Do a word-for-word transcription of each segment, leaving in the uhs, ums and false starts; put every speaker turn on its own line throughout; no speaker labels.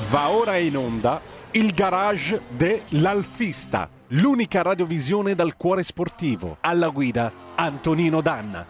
Va ora in onda il garage dell'Alfista, l'unica radiovisione dal cuore sportivo. Alla guida Antonino Danna.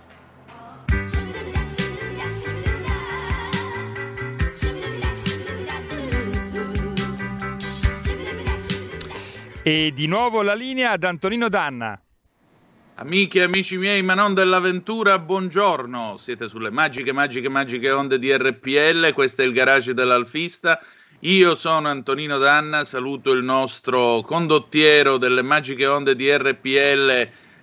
E di nuovo la linea ad Antonino Danna.
Amiche e amici miei, ma non dell'avventura, buongiorno. Siete sulle magiche, magiche, magiche onde di R P L. Questo è il garage dell'Alfista. Io sono Antonino Danna, saluto il nostro condottiero delle magiche onde di R P L,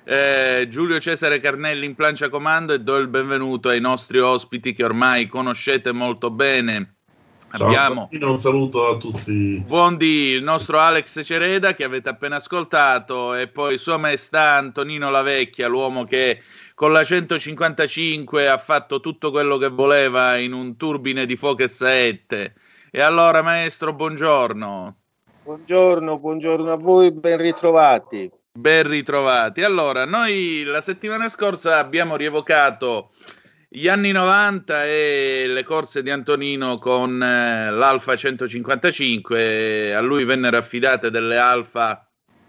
eh, Giulio Cesare Carnelli in plancia comando, e do il benvenuto ai nostri ospiti che ormai conoscete molto bene.
Ciao,
Abbiamo
un saluto a tutti.
Buondì, il nostro Alex Cereda che avete appena ascoltato, e poi Sua Maestà Antonino Lavecchia, l'uomo che con la centocinquantacinque ha fatto tutto quello che voleva in un turbine di fuoco saette. E allora, maestro, buongiorno.
Buongiorno, buongiorno a voi, ben ritrovati.
Ben ritrovati. Allora, noi la settimana scorsa abbiamo rievocato gli anni novanta e le corse di Antonino con eh, l'Alfa centocinquantacinque. A lui vennero affidate delle Alfa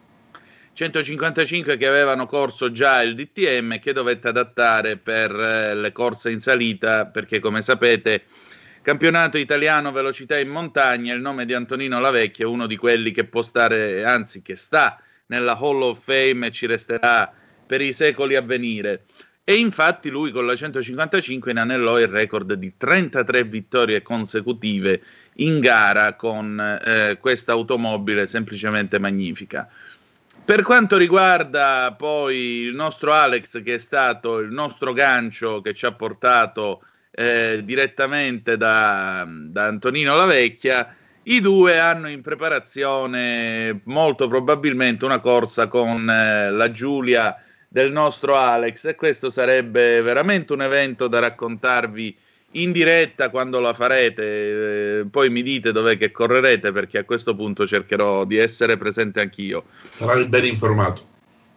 centocinquantacinque che avevano corso già il D T M, che dovette adattare per eh, le corse in salita, perché come sapete campionato italiano velocità in montagna, il nome di Antonino Lavecchia è uno di quelli che può stare, anzi che sta nella Hall of Fame e ci resterà per i secoli a venire. E infatti lui con la centocinquantacinque inanellò il record di trentatré vittorie consecutive in gara con eh, questa automobile semplicemente magnifica. Per quanto riguarda poi il nostro Alex, che è stato il nostro gancio che ci ha portato eh, direttamente da, da Antonino Lavecchia, i due hanno in preparazione molto probabilmente una corsa con eh, la Giulia del nostro Alex, e questo sarebbe veramente un evento da raccontarvi in diretta quando la farete. Eh, poi mi dite dov'è che correrete, perché a questo punto cercherò di essere presente anch'io.
Sarai ben informato.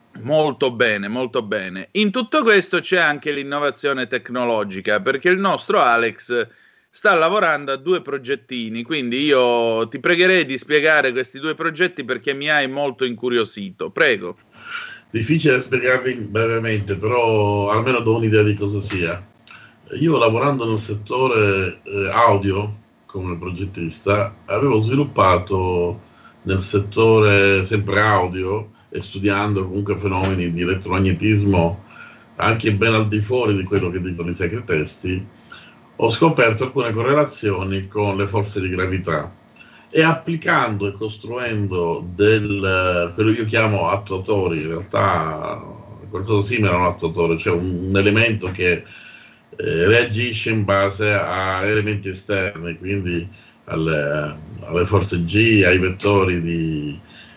Molto bene, molto bene. In tutto questo c'è anche l'innovazione tecnologica, perché il nostro Alex sta lavorando a due progettini, quindi io ti pregherei di spiegare questi due progetti perché mi hai molto incuriosito. Prego.
Difficile spiegarli brevemente, però almeno do un'idea di cosa sia. Io, lavorando nel settore eh, audio come progettista, avevo sviluppato nel settore sempre audio, e studiando comunque fenomeni di elettromagnetismo anche ben al di fuori di quello che dicono i sacri testi, ho scoperto alcune correlazioni con le forze di gravità, e applicando e costruendo del, quello che io chiamo attuatori, in realtà qualcosa simile a un attuatore, cioè un, un elemento che eh, reagisce in base a elementi esterni, quindi alle, alle forze G, ai vettori di,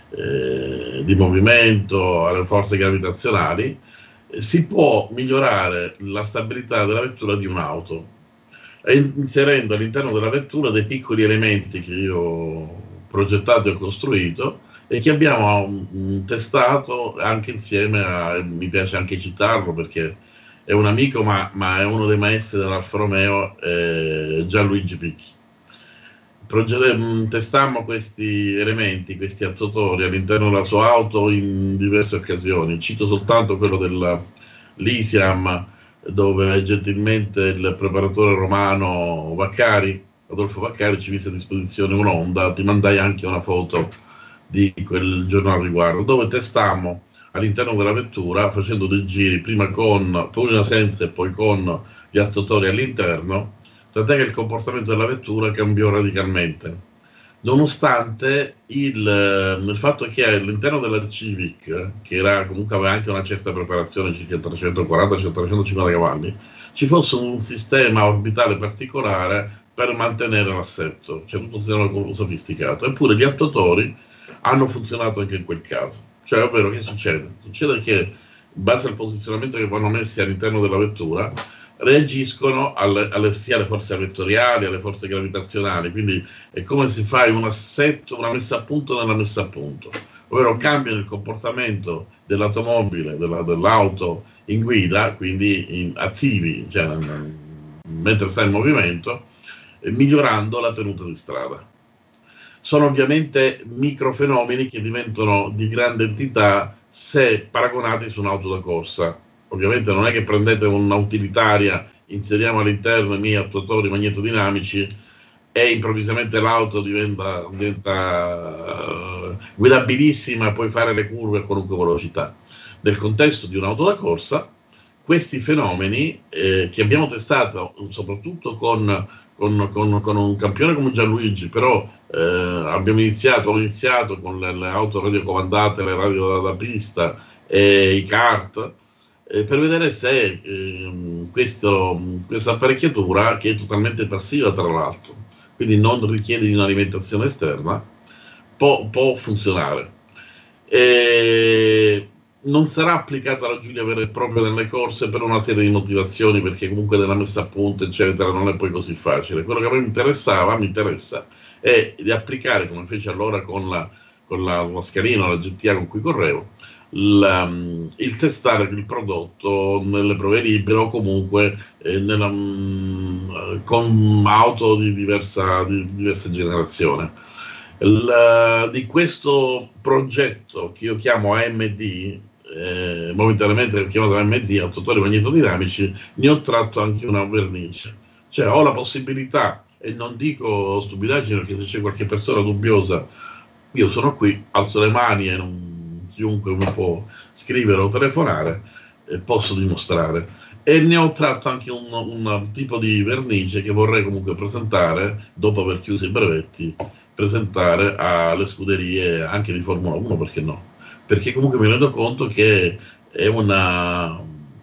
eh, di movimento, alle forze gravitazionali. Si può migliorare la stabilità della vettura di un'auto, inserendo all'interno della vettura dei piccoli elementi che io ho progettato e ho costruito, e che abbiamo um, testato anche insieme a, mi piace anche citarlo perché è un amico, ma, ma è uno dei maestri dell'Alfa Romeo, eh, Gianluigi Picchi. Proget- testammo questi elementi, questi attuatori all'interno della sua auto in diverse occasioni. Cito soltanto quello dell'Isiam, dove gentilmente il preparatore romano Vaccari, Adolfo Vaccari, ci mise a disposizione un'onda. Ti mandai anche una foto di quel giorno al riguardo, dove testammo all'interno della vettura, facendo dei giri prima con prima senza e poi con gli attuatori all'interno, tant'è che il comportamento della vettura cambiò radicalmente, nonostante il, il fatto che all'interno della Civic, che era, comunque aveva anche una certa preparazione, circa trecentoquaranta trecentocinquanta cavalli, ci fosse un sistema orbitale particolare per mantenere l'assetto, cioè tutto un sistema sofisticato. Eppure gli attuatori hanno funzionato anche in quel caso. Cioè, ovvero, che succede? Succede che, in base al posizionamento che vanno messi all'interno della vettura, reagiscono alle, alle, sia alle forze vettoriali, alle forze gravitazionali. Quindi è come se fai un assetto, una messa a punto nella messa a punto, ovvero cambiano il comportamento dell'automobile, della, dell'auto in guida, quindi in, attivi, cioè mentre sta in movimento, eh, migliorando la tenuta di strada. sono ovviamente microfenomeni che diventano di grande entità se paragonati su un'auto da corsa. Ovviamente non è che prendete una utilitaria, inseriamo all'interno i miei attuatori magnetodinamici e improvvisamente l'auto diventa, diventa uh, guidabilissima, puoi fare le curve a qualunque velocità. Nel contesto di un'auto da corsa, questi fenomeni eh, che abbiamo testato soprattutto con, con, con, con un campione come Gianluigi, però eh, abbiamo iniziato, ho iniziato con le, le auto radiocomandate, le radio da, da pista e i kart, eh, per vedere se eh, questo, questa apparecchiatura, che è totalmente passiva tra l'altro, quindi non richiede di un'alimentazione esterna, può, può funzionare. E non sarà applicata la Giulia vera e propria nelle corse per una serie di motivazioni, perché comunque nella messa a punto eccetera non è poi così facile. Quello che a me interessava, mi interessa, è di applicare, come fece allora con la, con la, la Scalino, la G T A con cui correvo, la, il testare il prodotto nelle prove libere o comunque eh, nella, mh, con auto di diversa, di diversa generazione. Il, di questo progetto che io chiamo A M D, eh, momentaneamente l'ho chiamato A M D, attuatori magnetodinamici, ne ho tratto anche una vernice. Cioè ho la possibilità, e non dico stupidaggine perché se c'è qualche persona dubbiosa, io sono qui, alzo le mani e non, chiunque mi può scrivere o telefonare, eh, posso dimostrare. E ne ho tratto anche un, un tipo di vernice che vorrei comunque presentare, dopo aver chiuso i brevetti, presentare alle scuderie anche di Formula uno, perché no? Perché comunque mi rendo conto che è una,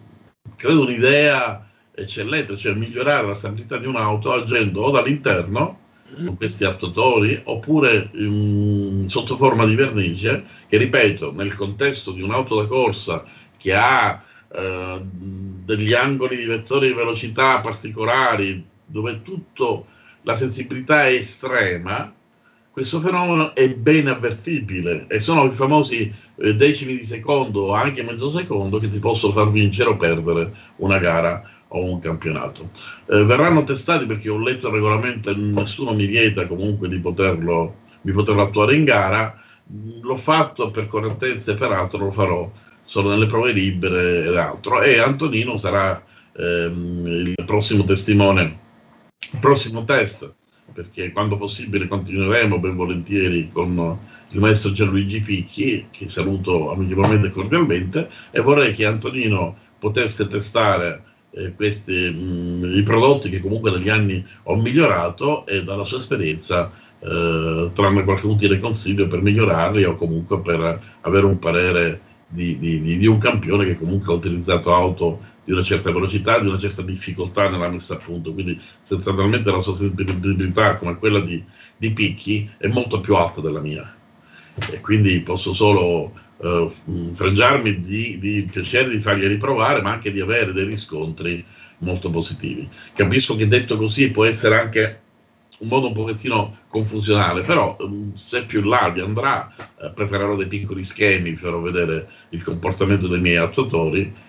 credo un'idea eccellente, cioè migliorare la stabilità di un'auto agendo o dall'interno con questi attuatori oppure um, sotto forma di vernice, che ripeto, nel contesto di un'auto da corsa che ha uh, degli angoli di vettori di velocità particolari, dove tutto la sensibilità è estrema, questo fenomeno è ben avvertibile e sono i famosi eh, decimi di secondo o anche mezzo secondo che ti possono far vincere o perdere una gara o un campionato. Eh, verranno testati, perché ho letto il regolamento e nessuno mi vieta comunque di poterlo, di poterlo attuare in gara. L'ho fatto per correttezza e peraltro lo farò solo nelle prove libere ed altro, e Antonino sarà ehm, il prossimo testimone, il prossimo test, perché quando possibile continueremo ben volentieri con il maestro Gianluigi Picchi, che saluto amichevolmente e cordialmente, e vorrei che Antonino potesse testare eh, questi, mh, i prodotti che comunque negli anni ho migliorato, e dalla sua esperienza eh, trarne qualche utile consiglio per migliorarli o comunque per avere un parere di, di, di, di un campione che comunque ha utilizzato auto di una certa velocità, di una certa difficoltà nella messa a punto, quindi sostanzialmente la sua sensibilità, come quella di, di Picchi, è molto più alta della mia, e quindi posso solo uh, fregiarmi di, di piacere di fargli riprovare, ma anche di avere dei riscontri molto positivi. Capisco che detto così può essere anche un modo un pochettino confusionale, però um, se più in là vi andrà, uh, preparerò dei piccoli schemi, vi farò vedere il comportamento dei miei attuatori,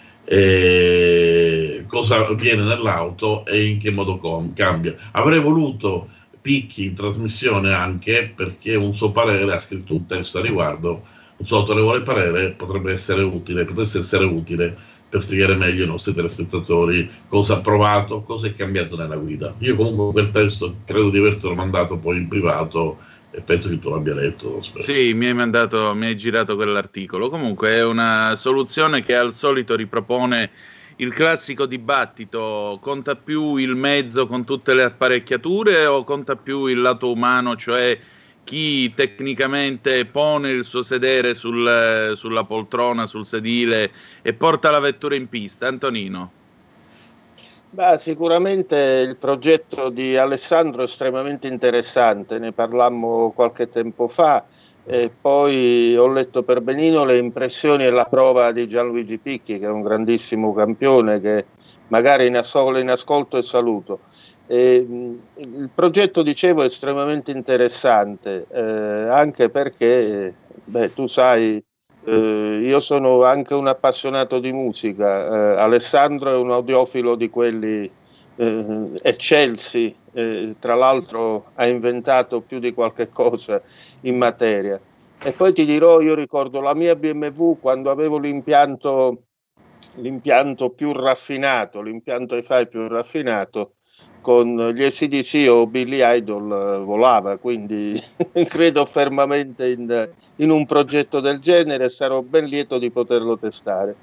e cosa avviene nell'auto e in che modo com- cambia. Avrei voluto Picchi in trasmissione anche perché un suo parere, ha scritto un testo a riguardo, un suo autorevole parere potrebbe essere utile, potesse essere utile per spiegare meglio ai nostri telespettatori cosa ha provato, cosa è cambiato nella guida. Io comunque quel testo credo di avertelo mandato poi in privato e penso che tu l'abbia letto. Spero.
Sì, mi hai mandato, mi hai girato quell'articolo. Comunque è una soluzione che al solito ripropone il classico dibattito: conta più il mezzo con tutte le apparecchiature o conta più il lato umano, cioè chi tecnicamente pone il suo sedere sul, sulla poltrona, sul sedile e porta la vettura in pista? Antonino?
Beh, sicuramente il progetto di Alessandro è estremamente interessante, ne parlammo qualche tempo fa, e poi ho letto per benino le impressioni e la prova di Gianluigi Picchi, che è un grandissimo campione, che magari in, ascol- in ascolto e saluto. E, il progetto, dicevo, è estremamente interessante, eh, anche perché, beh, tu sai, eh, io sono anche un appassionato di musica, eh, Alessandro è un audiofilo di quelli eh, eccelsi, eh, tra l'altro ha inventato più di qualche cosa in materia. E poi ti dirò, io ricordo la mia B M W quando avevo l'impianto, l'impianto più raffinato, l'impianto hi-fi più raffinato, con gli A C D C o Billy Idol eh, volava, quindi credo fermamente in, in un progetto del genere e sarò ben lieto di poterlo testare.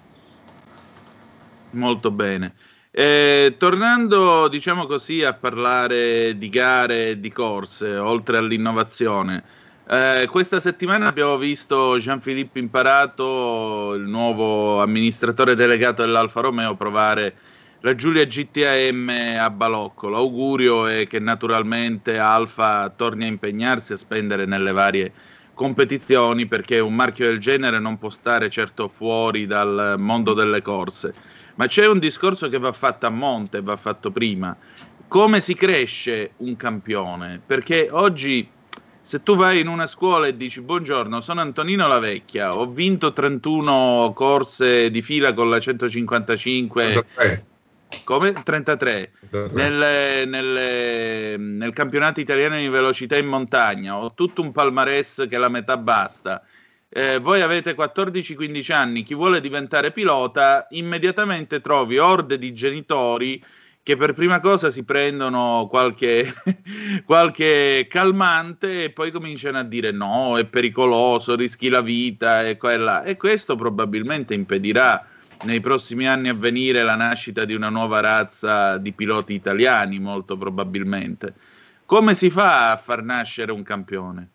Molto bene. Eh, tornando, diciamo così, a parlare di gare e di corse, oltre all'innovazione, eh, questa settimana abbiamo visto Jean-Philippe Imparato, il nuovo amministratore delegato dell'Alfa Romeo, provare la Giulia G T A M a Balocco. L'augurio è che naturalmente Alfa torni a impegnarsi a spendere nelle varie competizioni, perché un marchio del genere non può stare certo fuori dal mondo delle corse. Ma c'è un discorso che va fatto a monte, va fatto prima. Come si cresce un campione? Perché oggi, se tu vai in una scuola e dici buongiorno, sono Antonino La Vecchia, ho vinto trentuno corse di fila con la centocinquantacinque...
trentatré.
Come? trentatré.
trentatré.
Nelle, nelle, nel campionato italiano di velocità in montagna, ho tutto un palmarès che la metà basta. Eh, voi avete quattordici quindici anni, chi vuole diventare pilota, immediatamente trovi orde di genitori che per prima cosa si prendono qualche, qualche calmante e poi cominciano a dire no, è pericoloso, rischi la vita e qua e là. E questo probabilmente impedirà nei prossimi anni a venire la nascita di una nuova razza di piloti italiani, molto probabilmente. Come si fa a far nascere un campione?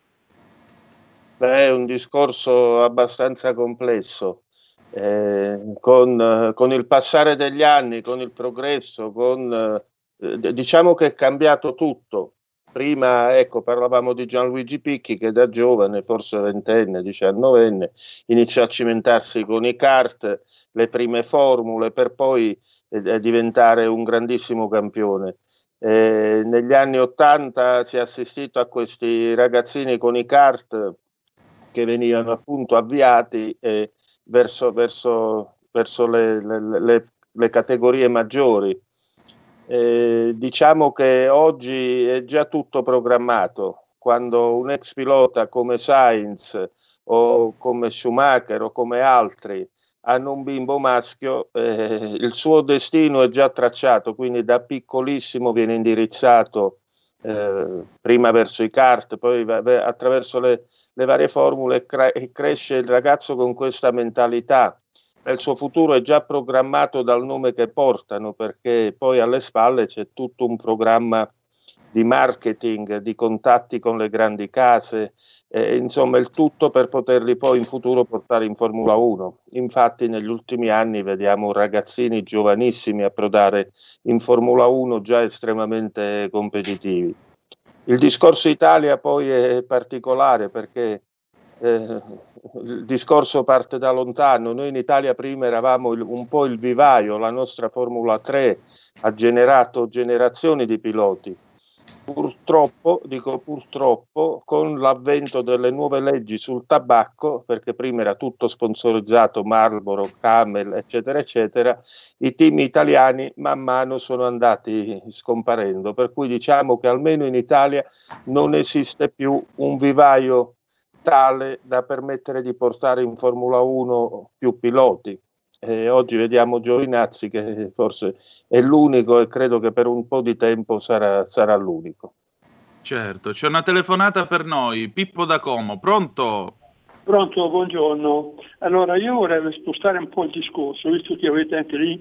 Beh, è un discorso abbastanza complesso. Eh, con, con il passare degli anni, con il progresso, con, eh, diciamo che è cambiato tutto. Prima, ecco, parlavamo di Gianluigi Picchi che da giovane, forse ventenne, diciannovenne, iniziò a cimentarsi con i kart, le prime formule, per poi eh, diventare un grandissimo campione. Eh, negli anni Ottanta si è assistito a questi ragazzini con i kart che venivano appunto avviati eh, verso, verso, verso le, le, le, le categorie maggiori. Eh, diciamo che oggi è già tutto programmato. Quando un ex pilota come Sainz o come Schumacher o come altri hanno un bimbo maschio, eh, il suo destino è già tracciato, quindi da piccolissimo viene indirizzato eh, prima verso i kart, poi va, va, attraverso le, le varie formule cre- cresce il ragazzo con questa mentalità. Il suo futuro è già programmato dal nome che portano, perché poi alle spalle c'è tutto un programma di marketing, di contatti con le grandi case, eh, insomma il tutto per poterli poi in futuro portare in Formula uno. Infatti negli ultimi anni vediamo ragazzini giovanissimi approdare in Formula uno già estremamente competitivi. Il discorso Italia poi è particolare perché Eh, il discorso parte da lontano. Noi in Italia prima eravamo il, un po' il vivaio, la nostra Formula tre ha generato generazioni di piloti. Purtroppo, dico purtroppo, con l'avvento delle nuove leggi sul tabacco, perché prima era tutto sponsorizzato, Marlboro, Camel, eccetera, eccetera, i team italiani man mano sono andati scomparendo, per cui diciamo che almeno in Italia non esiste più un vivaio tale da permettere di portare in Formula uno più piloti. E oggi vediamo Giovinazzi che forse è l'unico e credo che per un po' di tempo sarà, sarà l'unico.
Certo, c'è una telefonata per noi, Pippo da Como, pronto?
Pronto, buongiorno. Allora io vorrei spostare un po' il discorso, visto che avete anche lì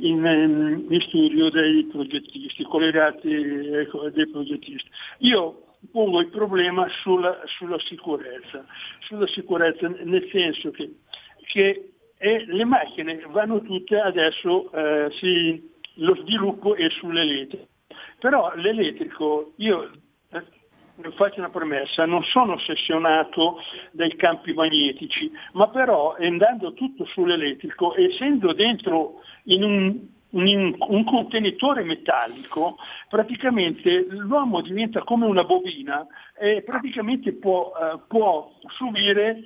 in, in studio dei progettisti, collegati ecco, dei progettisti. Io pongo il problema sulla, sulla sicurezza, sulla sicurezza nel senso che, che eh, le macchine vanno tutte adesso, eh, sì, lo sviluppo è sull'elettrico, però l'elettrico, io eh, faccio una premessa, non sono ossessionato dai campi magnetici, ma però andando tutto sull'elettrico, essendo dentro in un Un, un contenitore metallico, praticamente l'uomo diventa come una bobina e praticamente può, uh, può subire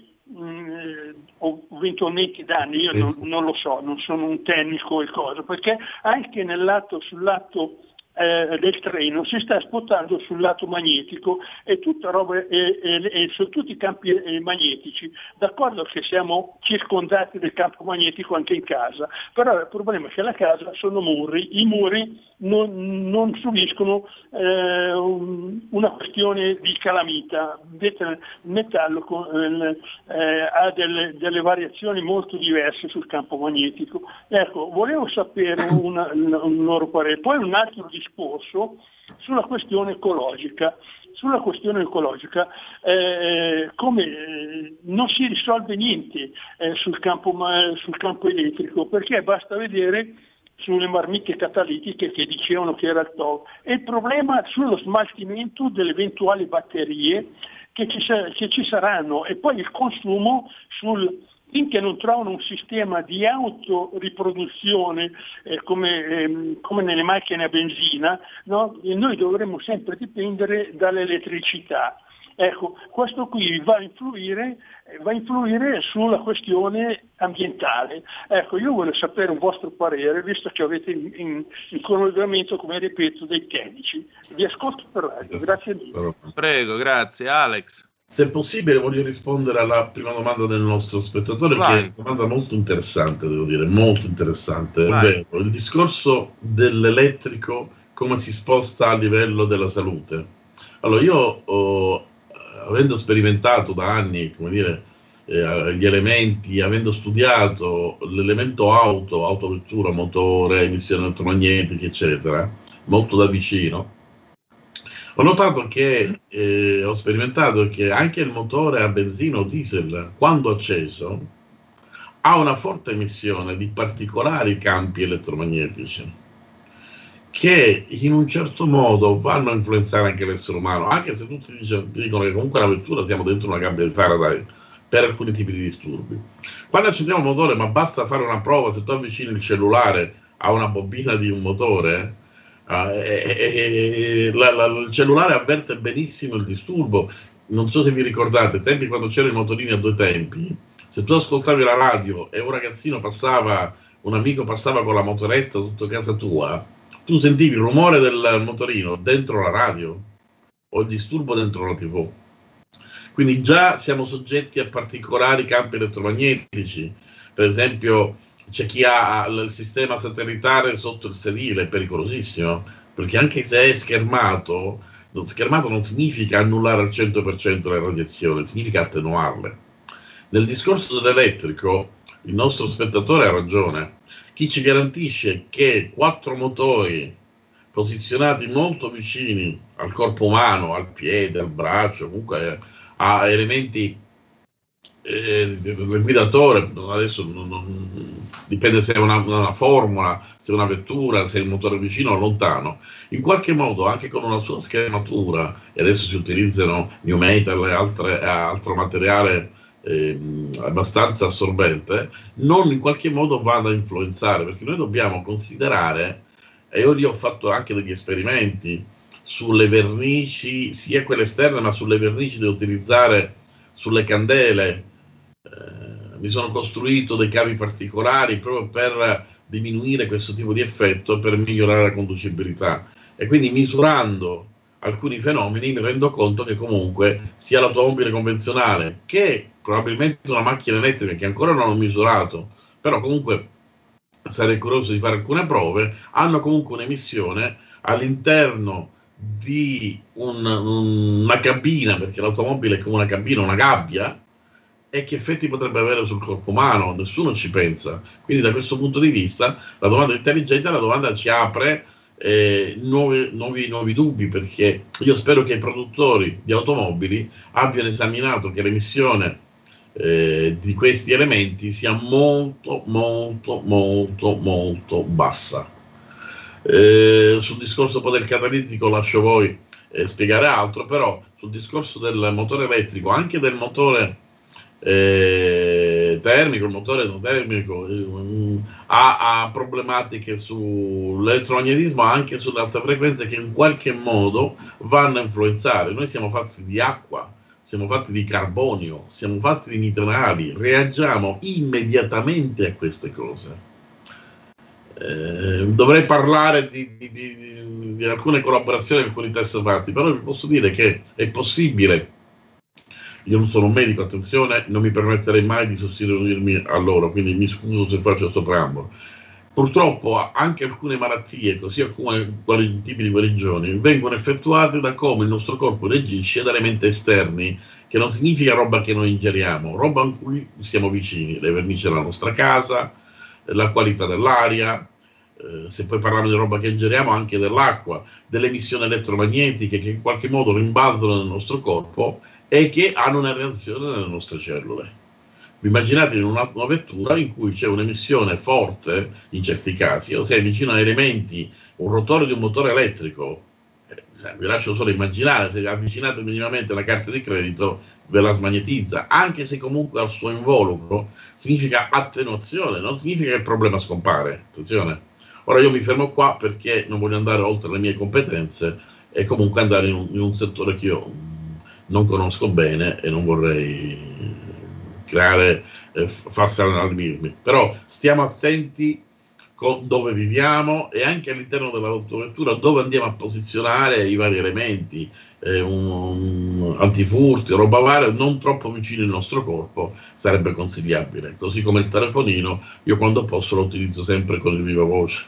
mh, eventualmente danni. Io non, non lo so, non sono un tecnico e cosa, perché anche nel lato, sul lato eh, del treno si sta spostando sul lato magnetico e tutta roba e, e, e su tutti i campi eh, magnetici. D'accordo che siamo circondati del campo magnetico anche in casa, però il problema è che la casa sono muri, i muri non, non subiscono eh, un, una questione di calamita, il metallo eh, eh, ha delle, delle variazioni molto diverse sul campo magnetico. Ecco, volevo sapere una, un loro parere. Poi un altro discorso sulla questione ecologica. Sulla questione ecologica, eh, come eh, non si risolve niente eh, sul campo, ma, sul campo elettrico, perché basta vedere sulle marmitte catalitiche che dicevano che era il T O V, e il problema sullo smaltimento delle eventuali batterie che ci, che ci saranno, e poi il consumo sul finché non trovano un sistema di autoriproduzione eh, come, eh, come nelle macchine a benzina, no? E noi dovremmo sempre dipendere dall'elettricità. Ecco, questo qui va a influire, va a influire sulla questione ambientale. Ecco, io voglio sapere un vostro parere, visto che avete in, in, in collegamento, come ripeto, dei tecnici. Vi ascolto per radio, grazie mille.
Prego, grazie. Alex.
Se è possibile voglio rispondere alla prima domanda del nostro spettatore, Vai. Che è una domanda molto interessante, devo dire, molto interessante. Vai. Ovvero il discorso dell'elettrico, come si sposta a livello della salute. Allora io, oh, avendo sperimentato da anni, come dire, eh, gli elementi, avendo studiato l'elemento auto, autovettura, motore, emissioni elettromagnetiche, eccetera, molto da vicino, ho notato che, eh, ho sperimentato che anche il motore a benzina o diesel, quando acceso, ha una forte emissione di particolari campi elettromagnetici che in un certo modo vanno a influenzare anche l'essere umano, anche se tutti dicono che comunque la vettura siamo dentro una gabbia di Faraday per alcuni tipi di disturbi. Quando accendiamo il motore, ma basta fare una prova, se tu avvicini il cellulare a una bobina di un motore, Uh, e, e, e, la, la, il cellulare avverte benissimo il disturbo. Non so se vi ricordate, ai tempi quando c'erano i motorini a due tempi, se tu ascoltavi la radio e un ragazzino passava, un amico passava con la motoretta sotto casa tua, tu sentivi il rumore del motorino dentro la radio o il disturbo dentro la tivù. Quindi già siamo soggetti a particolari campi elettromagnetici. Per esempio c'è chi ha il sistema satellitare sotto il sedile, è pericolosissimo, perché anche se è schermato, schermato non significa annullare al cento per cento le radiazioni, significa attenuarle. Nel discorso dell'elettrico, il nostro spettatore ha ragione. Chi ci garantisce che quattro motori posizionati molto vicini al corpo umano, al piede, al braccio, comunque a elementi il guidatore, adesso non, non, dipende se è una, una formula, se è una vettura, se è il motore vicino o lontano, in qualche modo anche con una sua schermatura, e adesso si utilizzano new metal e altre, altro materiale eh, abbastanza assorbente, non in qualche modo vada a influenzare, perché noi dobbiamo considerare, e io lì ho fatto anche degli esperimenti sulle vernici, sia quelle esterne ma sulle vernici da utilizzare sulle candele. Eh, mi sono costruito dei cavi particolari proprio per diminuire questo tipo di effetto, per migliorare la conducibilità, e quindi misurando alcuni fenomeni mi rendo conto che comunque sia l'automobile convenzionale che probabilmente una macchina elettrica, che ancora non ho misurato, però comunque sarei curioso di fare alcune prove, hanno comunque un'emissione all'interno di un, un, una cabina, perché l'automobile è come una cabina, una gabbia, e che effetti potrebbe avere sul corpo umano, nessuno ci pensa. Quindi da questo punto di vista la domanda intelligente, la domanda ci apre eh, nuovi, nuovi, nuovi dubbi, perché io spero che i produttori di automobili abbiano esaminato che l'emissione eh, di questi elementi sia molto molto molto molto bassa. Eh, sul discorso poi del catalitico lascio voi eh, spiegare altro, però sul discorso del motore elettrico, anche del motore eh, termico, il motore termico eh, ha, ha problematiche sull'elettromagnetismo, anche sulle alte frequenze, che in qualche modo vanno a influenzare. Noi siamo fatti di acqua, siamo fatti di carbonio, siamo fatti di minerali, reagiamo immediatamente a queste cose. Eh, dovrei parlare di, di, di, di alcune collaborazioni, alcuni test fatti, però vi posso dire che è possibile. Io non sono un medico, attenzione, non mi permetterei mai di sostituirmi a loro, quindi mi scuso se faccio questo preambolo. Purtroppo anche alcune malattie, così alcuni tipi di guarigioni, vengono effettuate da come il nostro corpo reagisce da elementi esterni, che non significa roba che noi ingeriamo, roba in cui siamo vicini, le vernici della nostra casa, la qualità dell'aria, eh, se poi parliamo di roba che ingeriamo, anche dell'acqua, delle emissioni elettromagnetiche che in qualche modo rimbalzano nel nostro corpo e che hanno una reazione nelle nostre cellule. Vi immaginate in una, una vettura in cui c'è un'emissione forte, in certi casi, o se è vicino a elementi, un rotore di un motore elettrico, eh, vi lascio solo immaginare, se avvicinate minimamente la carta di credito, ve la smagnetizza, anche se comunque al suo involucro significa attenuazione, non significa che il problema scompare, attenzione. Ora io mi fermo qua perché non voglio andare oltre le mie competenze e comunque andare in un, in un settore che io non conosco bene e non vorrei creare, eh, farsi allarmirmi. Però stiamo attenti con dove viviamo e anche all'interno dell'autovettura dove andiamo a posizionare i vari elementi, eh, un, un antifurti, roba varia, non troppo vicino al nostro corpo sarebbe consigliabile. Così come il telefonino, io quando posso lo utilizzo sempre con il viva voce,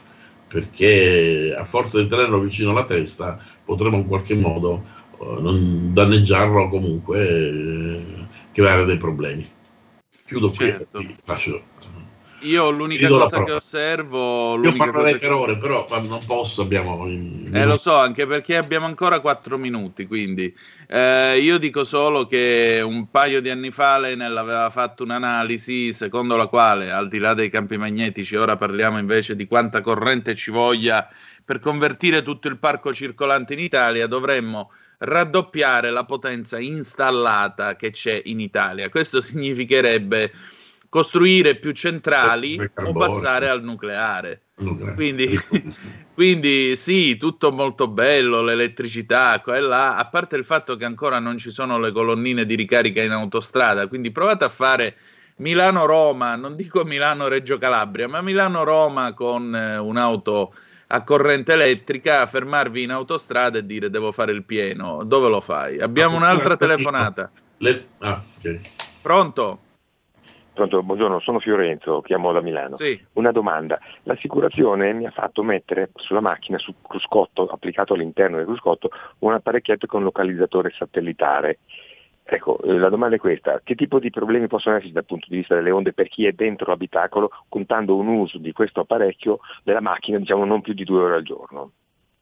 perché a forza di tenerlo vicino alla testa potremo in qualche modo uh, non danneggiarlo o comunque eh, creare dei problemi. Chiudo
certo.
qui e lascio.
Io l'unica cosa che osservo...
Io parlerei per
che...
ore, però non posso, abbiamo...
Eh, lo so, anche perché abbiamo ancora quattro minuti, quindi eh, io dico solo che un paio di anni fa l'Enel aveva fatto un'analisi secondo la quale, al di là dei campi magnetici, ora parliamo invece di quanta corrente ci voglia per convertire tutto il parco circolante in Italia, dovremmo raddoppiare la potenza installata che c'è in Italia. Questo significherebbe costruire più centrali o passare al nucleare. nucleare. Quindi, quindi sì, tutto molto bello, l'elettricità, qua e là, a parte il fatto che ancora non ci sono le colonnine di ricarica in autostrada, quindi provate a fare Milano-Roma, non dico Milano-Reggio Calabria, ma Milano-Roma con eh, un'auto a corrente elettrica, fermarvi in autostrada e dire devo fare il pieno. Dove lo fai? Abbiamo un'altra telefonata.
Le... Ah, okay.
Pronto?
Pronto, buongiorno, sono Fiorenzo, chiamo da Milano.
Sì.
Una domanda, l'assicurazione mi ha fatto mettere sulla macchina, sul cruscotto, applicato all'interno del cruscotto, un apparecchietto con localizzatore satellitare. Ecco, eh, la domanda è questa, che tipo di problemi possono esserci dal punto di vista delle onde per chi è dentro l'abitacolo, contando un uso di questo apparecchio della macchina, diciamo, non più di due ore al giorno?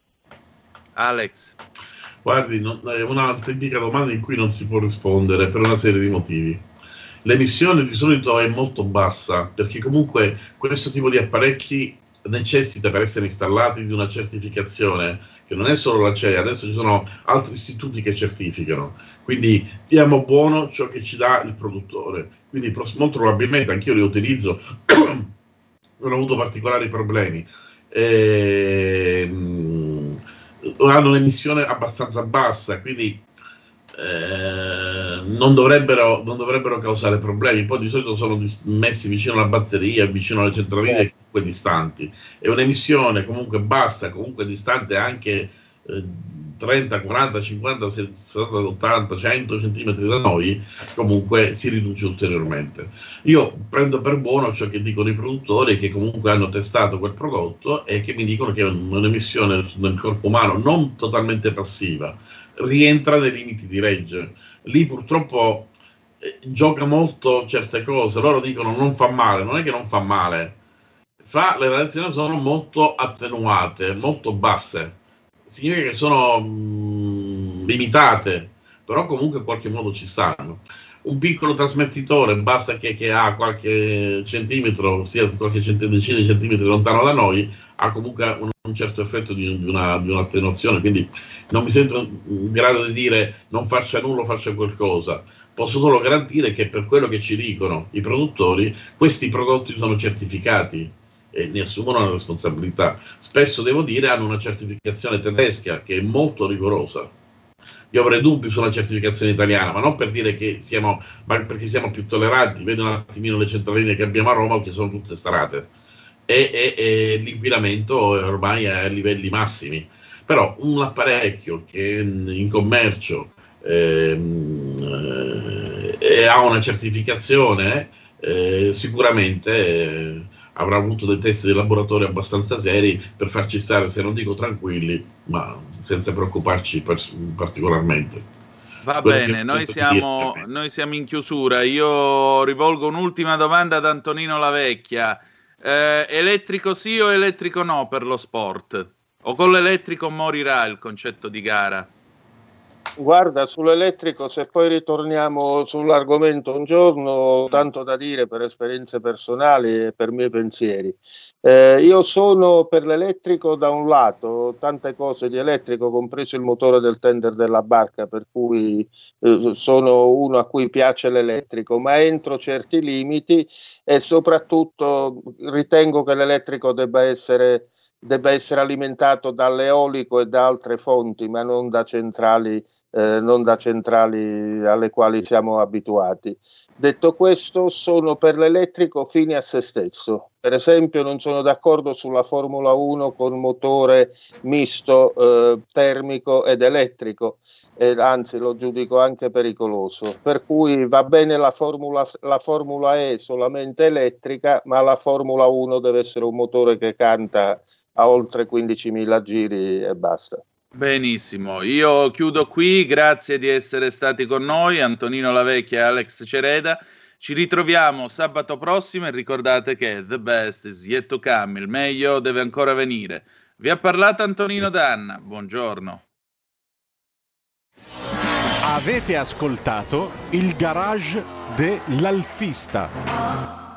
Alex.
Guardi, non, è una tipica domanda in cui non si può rispondere per una serie di motivi. L'emissione di solito è molto bassa, perché comunque questo tipo di apparecchi necessita, per essere installati, di una certificazione, che non è solo la C E A, adesso ci sono altri istituti che certificano, quindi diamo buono ciò che ci dà il produttore, quindi molto probabilmente anch'io li utilizzo, non ho avuto particolari problemi. Ehm, hanno un'emissione abbastanza bassa, quindi Eh, non, dovrebbero, non dovrebbero causare problemi. Poi di solito sono dis- messi vicino alla batteria, vicino alle centraline, eh. comunque distanti. È un'emissione comunque bassa, comunque distante anche eh, trenta, quaranta, cinquanta, sessanta, ottanta, cento centimetri da noi, comunque si riduce ulteriormente. Io prendo per buono ciò che dicono i produttori, che comunque hanno testato quel prodotto e che mi dicono che è un'emissione nel corpo umano non totalmente passiva, rientra nei limiti di legge. Lì purtroppo eh, gioca molto certe cose. Loro dicono non fa male, non è che non fa male, fa, le radiazioni sono molto attenuate, molto basse, significa che sono mh, limitate, però comunque in qualche modo ci stanno. Un piccolo trasmettitore basta che, che ha qualche centimetro, sia qualche cent- decina di centimetri lontano da noi, ha comunque un, un certo effetto di, di, una, di un'attenuazione, quindi non mi sento in grado di dire non faccia nulla o faccia qualcosa. Posso solo garantire che per quello che ci dicono i produttori, questi prodotti sono certificati e ne assumono la responsabilità. Spesso, devo dire, hanno una certificazione tedesca che è molto rigorosa. Io avrei dubbi sulla certificazione italiana, ma non per dire che siamo, ma perché siamo più tolleranti. Vedo un attimino le centraline che abbiamo a Roma, che sono tutte strate. e, e, e l'inquinamento è ormai a livelli massimi. Però un apparecchio che in commercio ehm, eh, ha una certificazione eh, sicuramente eh, avrà avuto dei test di laboratorio abbastanza seri per farci stare, se non dico tranquilli, ma senza preoccuparci per, particolarmente.
Va bene, noi siamo, noi siamo in chiusura. Io rivolgo un'ultima domanda ad Antonino Lavecchia. Eh, elettrico sì o elettrico no per lo sport? O con l'elettrico morirà il concetto di gara?
Guarda, sull'elettrico, se poi ritorniamo sull'argomento un giorno, tanto da dire per esperienze personali e per miei pensieri. Eh, io sono per l'elettrico da un lato, tante cose di elettrico, compreso il motore del tender della barca, per cui eh, sono uno a cui piace l'elettrico, ma entro certi limiti, e soprattutto ritengo che l'elettrico debba essere debba essere alimentato dall'eolico e da altre fonti, ma non da centrali, eh, non da centrali alle quali siamo abituati. Detto questo, sono per l'elettrico fine a se stesso. Per esempio, non sono d'accordo sulla Formula uno con motore misto eh, termico ed elettrico, eh, anzi lo giudico anche pericoloso. Per cui va bene la Formula, la Formula E solamente elettrica, ma la Formula uno deve essere un motore che canta a oltre quindicimila giri e basta.
Benissimo, io chiudo qui, grazie di essere stati con noi, Antonino Lavecchia e Alex Cereda. Ci ritroviamo sabato prossimo e ricordate che the best is yet to come, il meglio deve ancora venire. Vi ha parlato Antonino Danna, buongiorno.
Avete ascoltato il garage dell'Alfista.